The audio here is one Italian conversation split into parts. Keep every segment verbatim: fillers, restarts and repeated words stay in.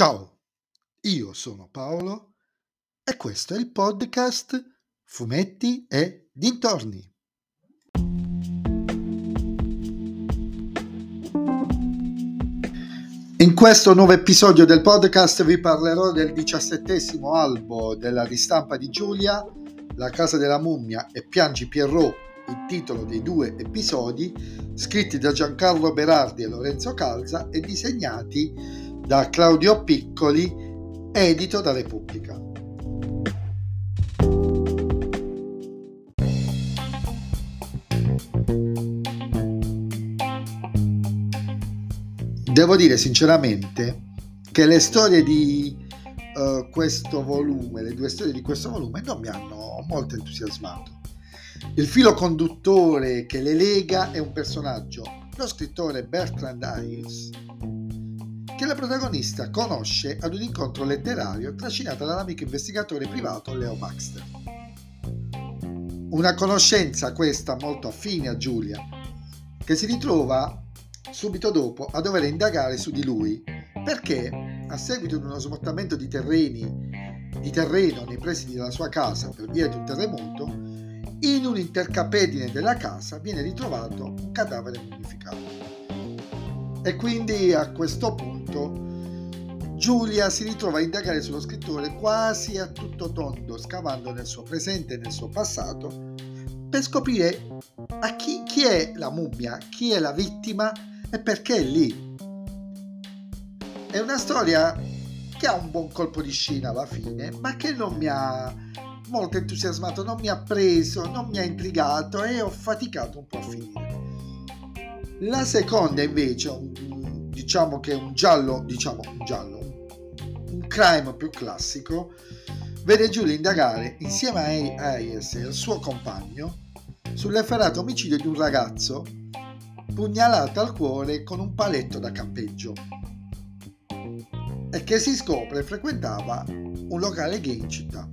Ciao, io sono Paolo e questo è il podcast Fumetti e Dintorni. In questo nuovo episodio del podcast vi parlerò del diciassettesimo albo della ristampa di Giulia, La casa della mummia e Piangi Pierrot, il titolo dei due episodi, scritti da Giancarlo Berardi e Lorenzo Calza e disegnati da Claudio Piccoli, edito da Repubblica. Devo dire sinceramente che le storie di uh, questo volume, le due storie di questo volume non mi hanno molto entusiasmato. Il filo conduttore che le lega è un personaggio, lo scrittore Bertrand Hayes, che la protagonista conosce ad un incontro letterario trascinata dall'amico investigatore privato Leo Baxter. Una conoscenza questa molto affine a Giulia, che si ritrova subito dopo a dover indagare su di lui perché, a seguito di uno smottamento di terreni di terreno nei pressi della sua casa per via di un terremoto, in un intercapedine della casa viene ritrovato un cadavere mummificato. E quindi a questo punto Giulia si ritrova a indagare sullo scrittore quasi a tutto tondo, scavando nel suo presente e nel suo passato per scoprire a chi, chi è la mummia, chi è la vittima e perché è lì. È una storia che ha un buon colpo di scena alla fine, ma che non mi ha molto entusiasmato, non mi ha preso, non mi ha intrigato e ho faticato un po' a finire. La seconda invece, un, diciamo che è un giallo, diciamo un giallo, un crime più classico, vede Giulia indagare insieme a Hayes e al suo compagno sull'efferato omicidio di un ragazzo pugnalato al cuore con un paletto da campeggio e che si scopre frequentava un locale gay in città.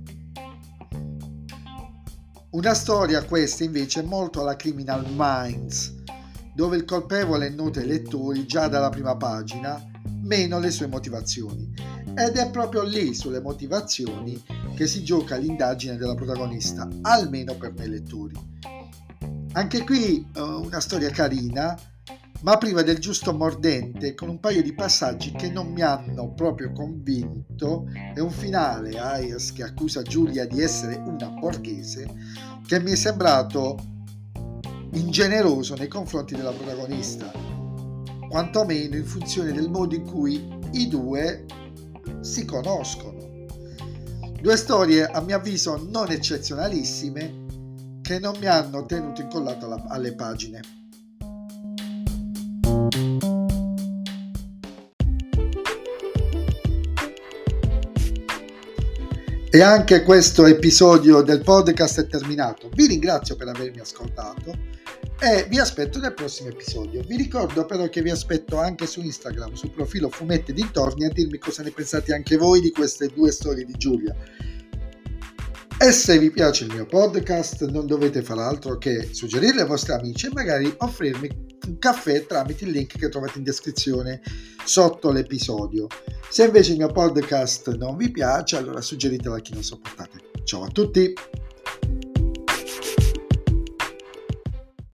Una storia questa invece molto alla Criminal Minds, dove il colpevole è noto ai lettori già dalla prima pagina, meno le sue motivazioni, ed è proprio lì sulle motivazioni che si gioca l'indagine della protagonista, almeno per noi lettori. Anche qui uh, una storia carina, ma priva del giusto mordente, con un paio di passaggi che non mi hanno proprio convinto e un finale, Hayes che accusa Giulia di essere una borghese, che mi è sembrato ingeneroso nei confronti della protagonista, quantomeno in funzione del modo in cui i due si conoscono. Due storie a mio avviso non eccezionalissime che non mi hanno tenuto incollato alla, alle pagine. E anche questo episodio del podcast è terminato. Vi ringrazio per avermi ascoltato e vi aspetto nel prossimo episodio. Vi ricordo però che vi aspetto anche su Instagram, sul profilo Fumetti Dintorni, a dirmi cosa ne pensate anche voi di queste due storie di Giulia. E se vi piace il mio podcast non dovete fare altro che suggerirlo ai vostri amici e magari offrirmi un caffè tramite il link che trovate in descrizione sotto l'episodio. Se invece il mio podcast non vi piace, allora suggeritelo a chi non sopportate. Ciao a tutti!